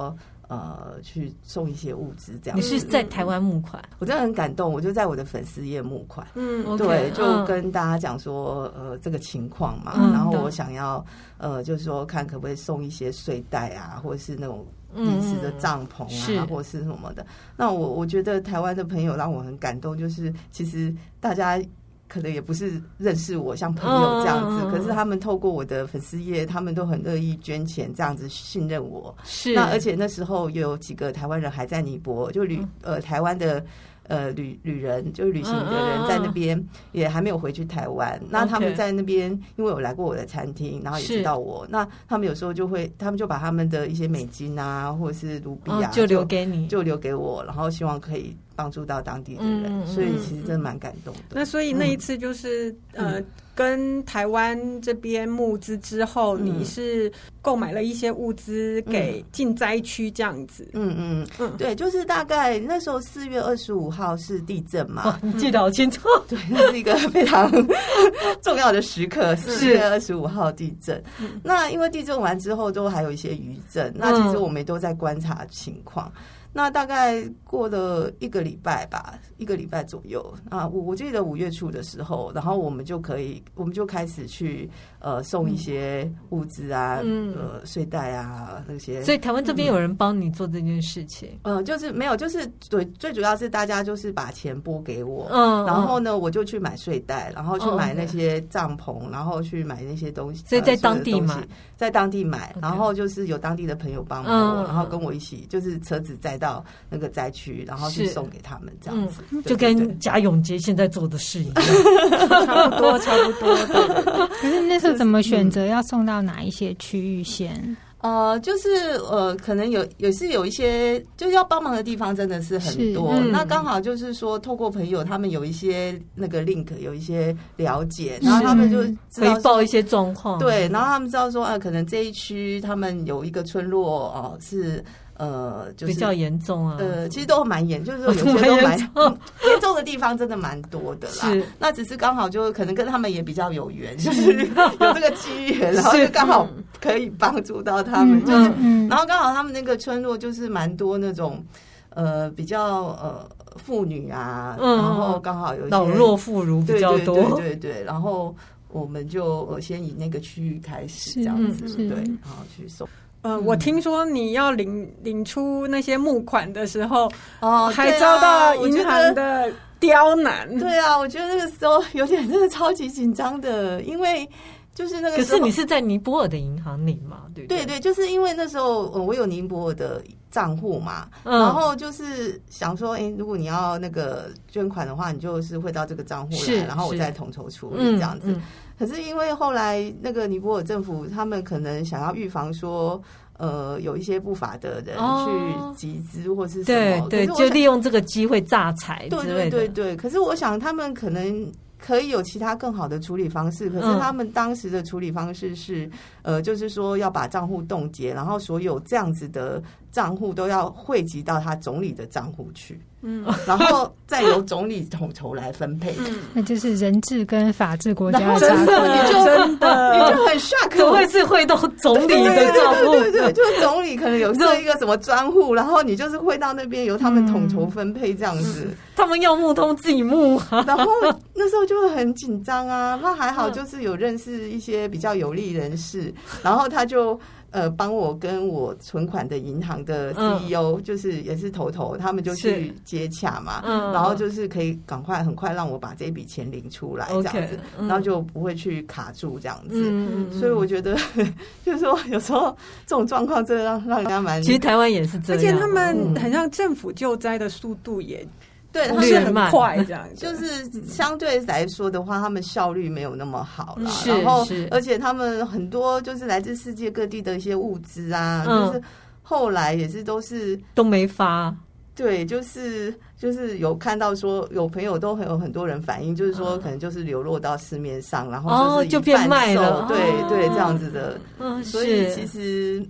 去送一些物资这样。 你是在台湾募款？ 我真的很感动，我就在我的粉丝页募款。 对， 就跟大家讲说这个情况嘛，然后我想要就是说看可不可以送一些睡袋啊，或者是那种临时的帐篷啊，或者是什么的。那我觉得台湾的朋友让我很感动，就是其实大家可能也不是认识我像朋友这样子，可是他们透过我的粉丝页，他们都很乐意捐钱，这样子信任我。 是， 那而且那时候有几个台湾人还在尼泊尔，就台湾的旅人，就是旅行的人在那边也还没有回去台湾。那他们在那边，因为有来过我的餐厅，然后也知道我，那他们有时候他们就把他们的一些美金啊，或者是卢比啊， 就留给你， 就留给我，然后希望可以帮助到当地的人，所以其实真的蛮感动的。 那所以那一次就是跟台湾这边募资之后，你是购买了一些物资给进灾区这样子。 对，就是大概那时候4月25号是地震嘛， 你记得好清楚。 对，那是一个非常重要的时刻，4月25号地震。那因为地震完之后都还有一些余震，那其实我们也都在观察情况。那大概过了1个礼拜吧，1个礼拜左右啊，我记得5月初的时候，然后我们就开始去送一些物资啊，睡袋啊那些。 所以台湾这边有人帮你做这件事情？ 就是没有，就是最主要是大家就是把钱拨给我，然后呢我就去买睡袋，然后去买那些帐篷，然后去买那些东西。 所以在当地买， 在当地买，然后就是有当地的朋友帮我，然后跟我一起就是车子载到那个灾区，然后去送给他们这样子， 就跟贾永杰现在做的事一样， 差不多。对。 可是那时候怎么选择要送到哪一些区域线？ 就是可能也是有一些就是要帮忙的地方真的是很多，那刚好就是说透过朋友他们有一些那个 link 有一些了解，然后他们就知道回报一些状况， 对，然后他们知道说可能这一区他们有一个村落是就是比较严重啊， 其实都蛮严，就是说有些都蛮严重的地方，真的蛮多的啦。是，那只是刚好就可能跟他们也比较有缘，就是有这个机缘，然后就刚好可以帮助到他们，就是，然后刚好他们那个村落就是蛮多那种比较妇女啊，然后刚好有一些老弱妇孺比较多， 对，然后我们就先以那个区域开始这样子，对，然后去送。 我听说你要领出那些募款的时候，还遭到银行的刁难。 对啊，我觉得那个时候有点真的超级紧张的，因为就是那个时候， 可是你是在尼泊尔的银行领嘛？对不对？ 对，就是因为那时候我有尼泊尔的账户嘛，然后就是想说，如果你要那个捐款的话，你就是会到这个账户来，然后我再统筹处理这样子。可是因为后来那个尼泊尔政府他们可能想要预防说有一些不法的人去集资或是什么， 对，就利用这个机会诈财之类的。 对。可是我想他们可能可以有其他更好的处理方式，可是他们当时的处理方式是就是说要把账户冻结，然后所有这样子的账户都要汇集到他总理的账户去。然后再由总理统筹来分配， 那就是人治跟法治国家的差距， 真的你就很 shock， 怎么会是汇到总理的账户？ 对，就是总理可能有设一个什么专户，然后你就是汇到那边由他们统筹分配这样子。 他们要募通自己募啊， 然后那时候就会很紧张啊。那还好，就是有认识一些比较有利人士，然后他就帮我跟我存款的银行的 CEO，就是也是头，他们就去接洽嘛，然后就是可以很快让我把这笔钱领出来这样子，然后就不会去卡住这样子。所以我觉得就是说有时候这种状况真的让人家蛮…… 其实台湾也是这样， 而且他们很像政府救灾的速度也。 对， 他是很快这样， 就是相对来说的话，他们效率没有那么好啦。然后，而且他们很多就是来自世界各地的一些物资啊，就是后来也是都没发。 对，就是有看到说有朋友都有很多人反映，就是说可能就是流落到市面上，然后就变卖了， 对这样子的。所以其实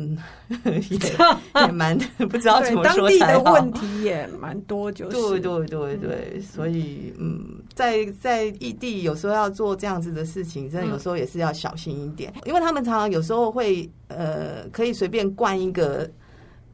也蛮不知道怎么说才好。 当地的问题也蛮多，就是对，所以在异地有时候要做这样子的事情，真的有时候也是要小心一点，因为他们常常有时候会可以随便灌一个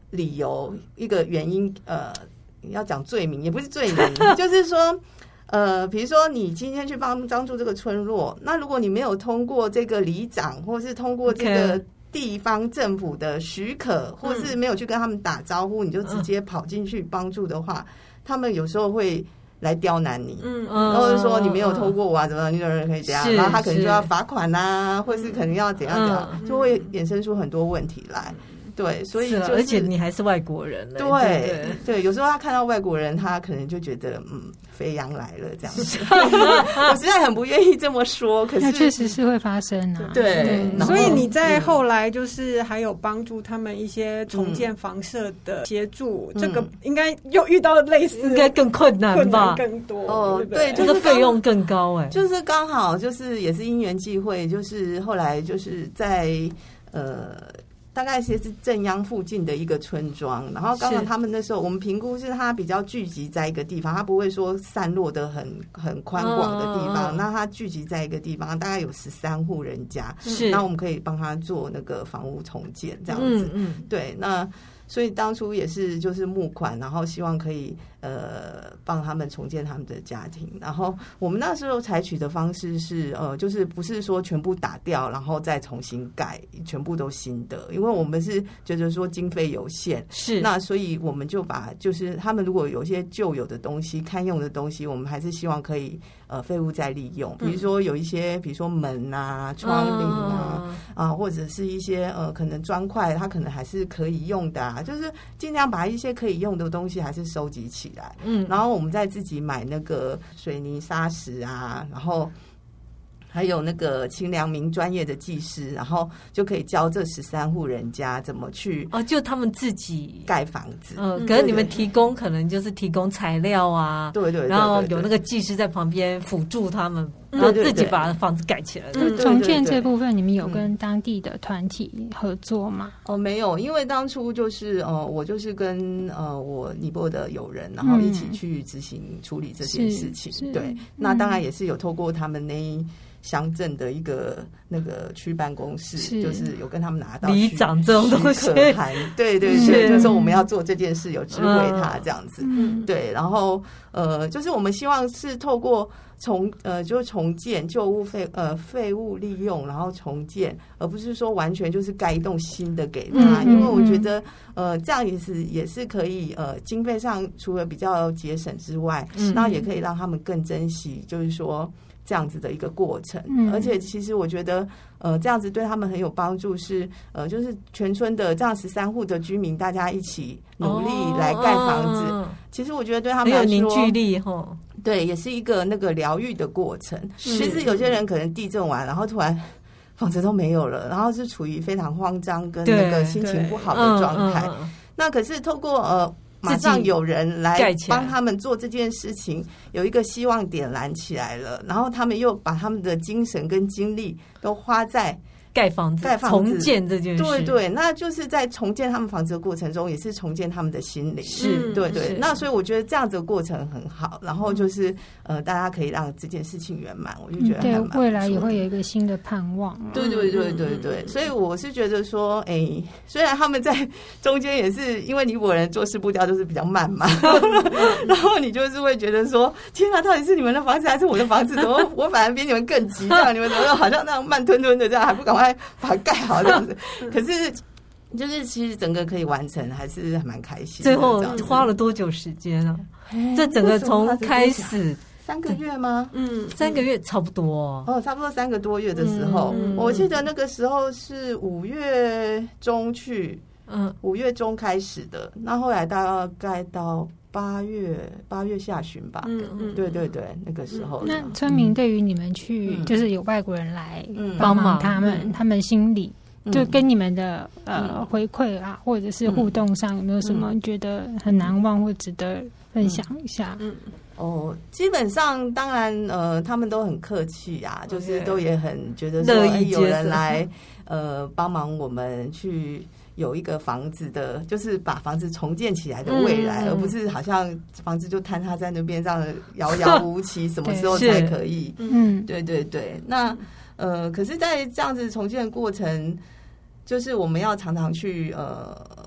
理由一个原因，要讲罪名也不是罪名，就是说比如说你今天去帮助这个村落，那如果你没有通过这个里长或是通过这个地方政府的许可，或是没有去跟他们打招呼，你就直接跑进去帮助的话，他们有时候会来刁难你，然后就说你没有通过我啊，怎么你有人可以这样，然后他可能就要罚款啊，或是可能要怎样怎样，就会衍生出很多问题来。对，所以而且你还是外国人， 对，有时候他看到外国人，他可能就觉得肥羊来了这样子。我实在很不愿意这么说，可是确实是会发生啊。 对， 所以你在后来就是还有帮助他们一些重建房舍的协助，这个应该又遇到类似， 应该更困难吧？ 更多对， 这个费用更高就是刚好就是也是因缘际会，就是后来就是在大概是正央附近的一个村庄，然后刚好他们那时候我们评估是它比较聚集在一个地方，它不会说散落的很宽广的地方，那它聚集在一个地方，大概有13户人家，那我们可以帮他做那个房屋重建这样子，对，那所以当初也是就是募款，然后希望可以帮他们重建他们的家庭。然后我们那时候采取的方式是就是不是说全部打掉然后再重新盖，全部都新的，因为我们是觉得说经费有限， 是那所以我们就把就是他们如果有一些旧有的东西堪用的东西，我们还是希望可以废物再利用，比如说有一些比如说门啊窗棂啊或者是一些可能砖块它可能还是可以用的啊，就是尽量把一些可以用的东西还是收集起来，然后我们再自己买那个水泥砂石啊，然后还有那个清良民专业的技师，然后就可以教这13户人家怎么去就他们自己盖房子。 可是你们提供可能就是提供材料啊， 对， 然后有那个技师在旁边辅助他们，然后自己把房子盖起来。 重建这部分你们有跟当地的团体合作吗？ 没有，因为当初就是我就是跟我尼泊尔的友人，然后一起去执行处理这件事情。对，那当然也是有透过他们那乡镇的一个那个区办公室，就是有跟他们拿到里长这种东西， 对，就是说我们要做这件事，有知会他这样子，对，然后就是我们希望是透过就是重建旧物废物利用，然后重建，而不是说完全就是盖一栋新的给他，因为我觉得这样也是可以经费上除了比较节省之外，那也可以让他们更珍惜，就是说这样子的一个过程，而且其实我觉得这样子对他们很有帮助，是就是全村的这样13户的居民大家一起努力来盖房子，其实我觉得对他们来说很有凝聚力对，也是一个那个疗愈的过程。其实有些人可能地震完，然后突然房子都没有了，然后是处于非常慌张跟那个心情不好的状态。那可是透过马上有人来帮他们做这件事情，有一个希望点燃起来了，然后他们又把他们的精神跟精力都花在盖房子重建这件事。 对，那就是在重建他们房子的过程中，也是重建他们的心灵。对，那所以我觉得这样子的过程很好，然后就是大家可以让这件事情圆满，我就觉得还蛮不错的。 对，未来也会有一个新的盼望。 对，所以我是觉得说，虽然他们在中间也是因为尼泊尔人做事步调就是比较慢嘛，然后你就是会觉得说，天啊，到底是你们的房子还是我的房子？怎么我反而比你们更急？这样你们怎么好像那样慢吞吞的这样，还不赶快把它盖好这样子？可是就是其实整个可以完成，还是蛮开心的。 最后花了多久时间啊？这整个从开始 3个月吗 ？3个月差不多差不多3个多月的时候，我记得那个时候是5月中去，5月中开始的，那后来大概到8月下旬吧，对，那个时候。 那村民对于你们去，就是有外国人来帮忙他们心里就跟你们的回馈啊，或者是互动上有没有什么觉得很难忘或值得分享一下？ 基本上当然他们都很客气啊，就是都也很觉得说有人来帮忙我们去有一个房子的，就是把房子重建起来的未来，而不是好像房子就坍塌在那边这样的遥遥无期，什么时候才可以？对。那可是在这样子重建的过程，就是我们要常常去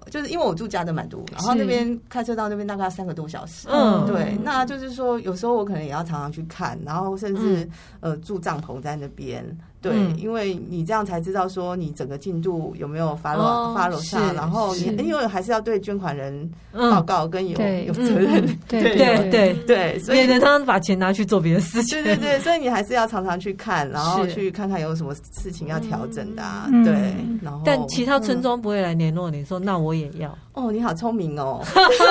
就是因为我住加德满都，然后那边开车到那边大概3个多小时，对，那就是说有时候我可能也要常常去看，然后甚至住帐篷在那边。对，因为你这样才知道说你整个进度有没有 follow 上，然后你因为还是要对捐款人报告跟有责任，对，所以免得他们把钱拿去做别的事情。 对，所以你还是要常常去看，然后去看看有什么事情要调整的啊。对，然后但其他村庄不会来联络你说那我也要。 哦，你好聪明哦！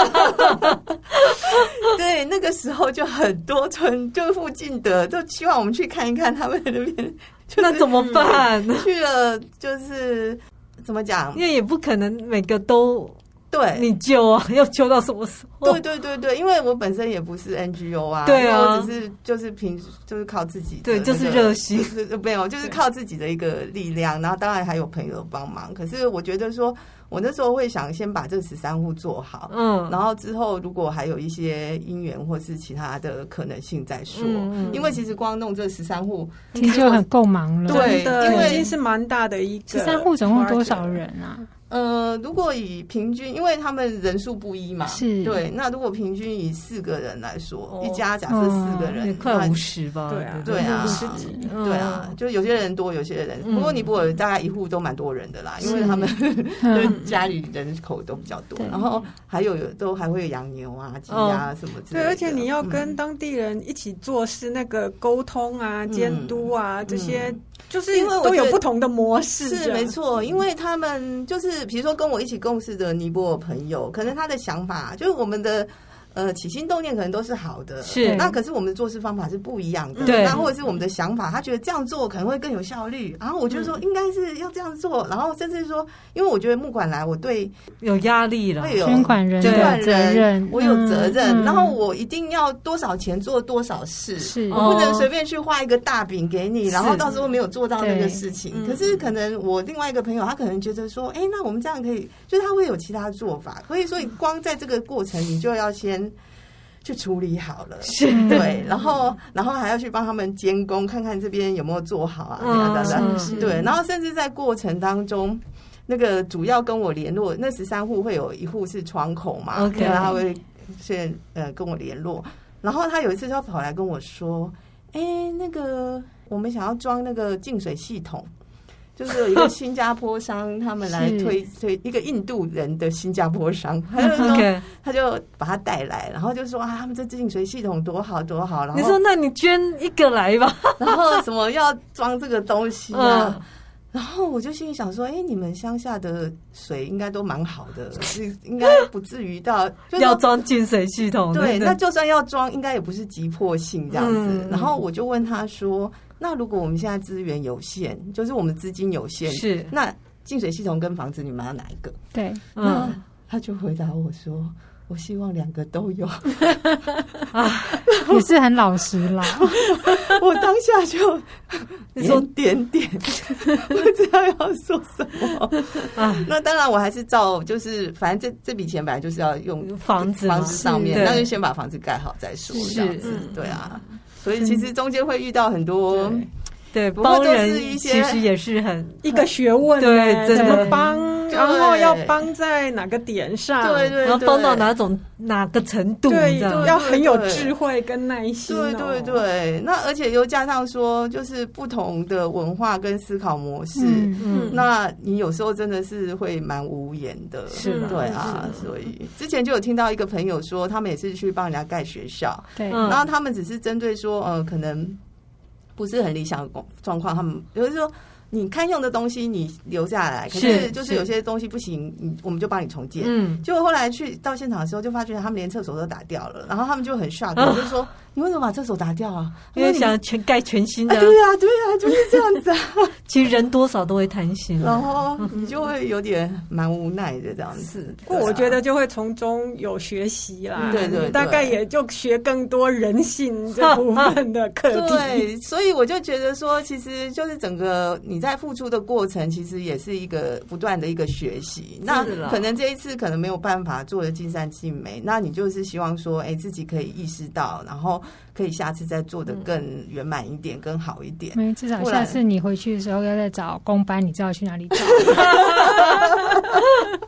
对，那个时候就很多村，就附近的都希望我们去看一看他们那边。 那怎么办？ 去了就是怎么讲？ 因为也不可能每个都对你救啊，要救到什么时候？ 对，因为我本身也不是 NGO 啊， 对啊， 我只是就是就是靠自己的、 对，就是热心， 没有，就是靠自己的一个力量，然后当然还有朋友帮忙。可是我觉得说，我那时候会想先把这13户做好，然后之后如果还有一些因缘或是其他的可能性再说。因为其实光弄这13户， 其实就很够忙了。 对，因为已经是蛮大的一个。 13户总共多少人啊？ 如果以平均，因为他们人数不一嘛， 是对。那如果平均以4个人来说，一家假设4个人， 快50吧？ 对啊，对啊，就有些人多，有些人。不过尼泊尔大概一户都蛮多人的啦，因为他们就家里人口都比较多，然后还都还会有养牛啊、鸡啊什么之类的。 对，而且你要跟当地人一起做事，那个沟通啊、监督啊这些。就是因为都有不同的模式， 是没错。因为他们就是比如说跟我一起共事的尼泊尔朋友，可能他的想法就是我们的起心动念可能都是好的， 是那可是我们的做事方法是不一样的， 对， 那或者是我们的想法，他觉得这样做可能会更有效率，然后我就说应该是要这样做，然后甚至说，因为我觉得募款来，我对有压力了， 会有捐款人的责任， 我有责任，然后我一定要多少钱做多少事， 是我不能随便去画一个大饼给你，然后到时候没有做到那个事情。可是可能我另外一个朋友，他可能觉得说，那我们这样可以，就是他会有其他做法，所以光在这个过程，你就要先去处理好了，对，然后还要去帮他们监工，看看这边有没有做好啊，对，然后甚至在过程当中，那个主要跟我联络那13户会有1户是窗口嘛，OK， 然后他会先跟我联络，然后他有一次他跑来跟我说，那个我们想要装那个净水系统。就是有一个新加坡商，他们来推一个印度人的新加坡商，他就说他就把他带来，然后就说他们这净水系统多好多好，然后你说那你捐一个来吧， 然后什么要装这个东西啊。然后我就心里想说，你们乡下的水应该都蛮好的，应该不至于到要装净水系统。 对，那就算要装，应该也不是急迫性这样子。然后我就问他说，那如果我们现在资源有限，就是我们资金有限， 是那净水系统跟房子你们要哪一个？ 对， 那他就回答我说，我希望2个都有啊，也是很老实啦。 我当下就点，不知道要说什么啊。那当然，我还是照就是反正这笔钱本来就是要用房子上面，那就先把房子盖好再说，这样子对啊。所以其实中间会遇到很多。 对，帮人其实也是一个学问， 对， 怎么帮，然后要帮在哪个点上， 对， 然后帮到哪个程度， 对，要很有智慧跟耐心， 对。那而且又加上说，就是不同的文化跟思考模式，那你有时候真的是会蛮无言的， 是， 对啊。所以之前就有听到一个朋友说，他们也是去帮人家盖学校， 对， 然后他们只是针对说，可能不是很理想的状况，他们比如说你堪用的东西你留下来，可是就是有些东西不行，我们就帮你重建。结果后来去到现场的时候，就发觉他们连厕所都打掉了，然后他们就很 shock，就说你为什么把厕所打掉啊？ 因为想盖全新的。 对啊，就是这样子啊。 其实人多少都会贪心， 然后你就会有点蛮无奈的这样子。 不过我觉得就会从中有学习啦， 对， 大概也就学更多人性这部分的课题。 对，所以我就觉得说，其实就是整个你在付出的过程，其实也是一个不断的一个学习。那可能这一次可能没有办法做的尽善尽美，那你就是希望说，自己可以意识到，然后可以下次再做的更圆满一点，更好一点。 至少下次你回去的时候要再找工班，你知道去哪里找。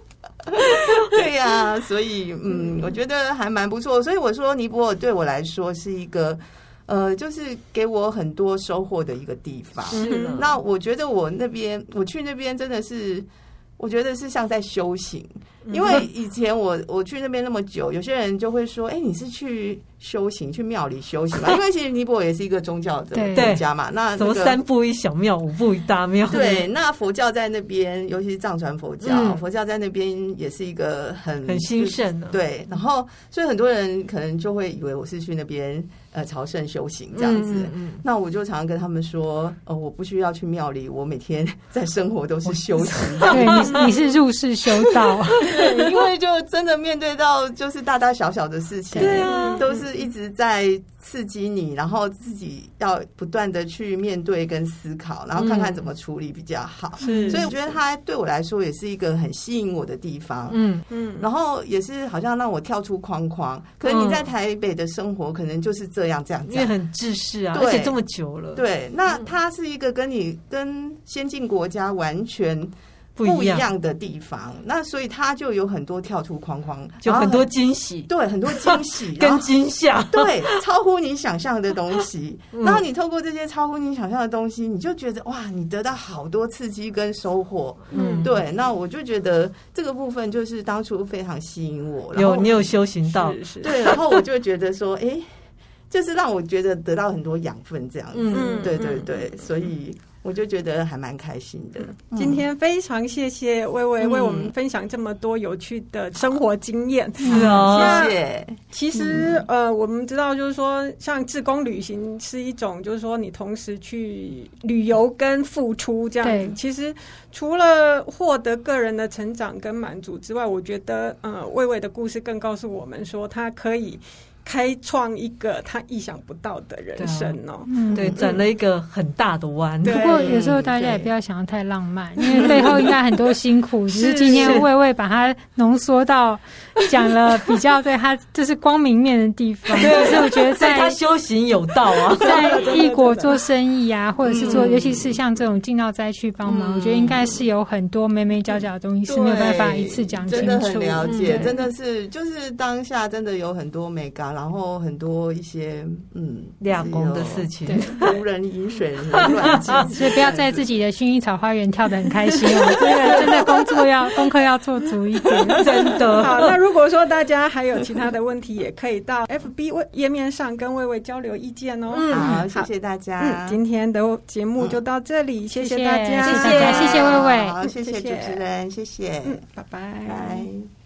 对呀，所以我觉得还蛮不错。所以我说尼泊尔对我来说是一个就是给我很多收获的一个地方。那我觉得我去那边真的是，我觉得是像在修行。因为以前我去那边那么久，有些人就会说，你是去修行，去庙里修行嘛？因为其实尼泊尔也是一个宗教的国家嘛。那什么3步一小庙，5步一大庙。 对，那佛教在那边，尤其是藏传佛教，佛教在那边也是一个很兴盛的。 对，然后所以很多人可能就会以为我是去那边朝圣修行这样子。那我就常常跟他们说，我不需要去庙里，我每天在生活都是修行。 对，你是入世修道。 对，因为就真的面对到就是大大小小的事情， 对啊， 都是一直在刺激你，然后自己要不断的去面对跟思考，然后看看怎么处理比较好。所以我觉得它对我来说也是一个很吸引我的地方。然后也是好像让我跳出框框。可能你在台北的生活可能就是这样，因为很制式啊，而且这么久了。 对，那它是一个跟先进国家完全不一样的地方，那所以它就有很多跳出框框， 就很多惊喜， 对，很多惊喜跟惊吓， 对，超乎你想象的东西。然后你透过这些超乎你想象的东西，你就觉得哇，你得到好多刺激跟收获。对，那我就觉得这个部分就是当初非常吸引我。 你有修行到， 对，然后我就觉得说，就是让我觉得得到很多养分这样子。对对对，所以我就觉得还蛮开心的。 今天非常谢谢薇薇为我们分享这么多有趣的生活经验。 是哦， 谢谢。 其实我们知道就是说，像志工旅行是一种，就是说你同时去旅游跟付出这样子。其实除了获得个人的成长跟满足之外，我觉得薇薇的故事更告诉我们说，她可以开创一个他意想不到的人生哦。 对，转了一个很大的弯。 不过有时候大家也不要想得太浪漫，因为背后应该很多辛苦。只是今天薇薇把它浓缩到讲了比较对他就是光明面的地方。 对， 所以我觉得在他修行有道啊， 在异国做生意啊，或者是做，尤其是像这种进到灾区帮忙，我觉得应该是有很多眉眉角角的东西是没有办法一次讲清楚。 真的很了解，真的是就是当下真的有很多美感，然后很多一些练功的事情， 如人饮水，如人乱进。 所以不要在自己的薰衣草花园跳得很开心哦，这个真的功课要做足一点， 真的。 好，那如果说大家还有其他的问题，也可以到 FB 页面上跟薇薇交流意见哦。 好，谢谢大家。 今天的节目就到这里，谢谢大家， 谢谢薇薇， 好，谢谢主持人，谢谢， 拜拜。 拜。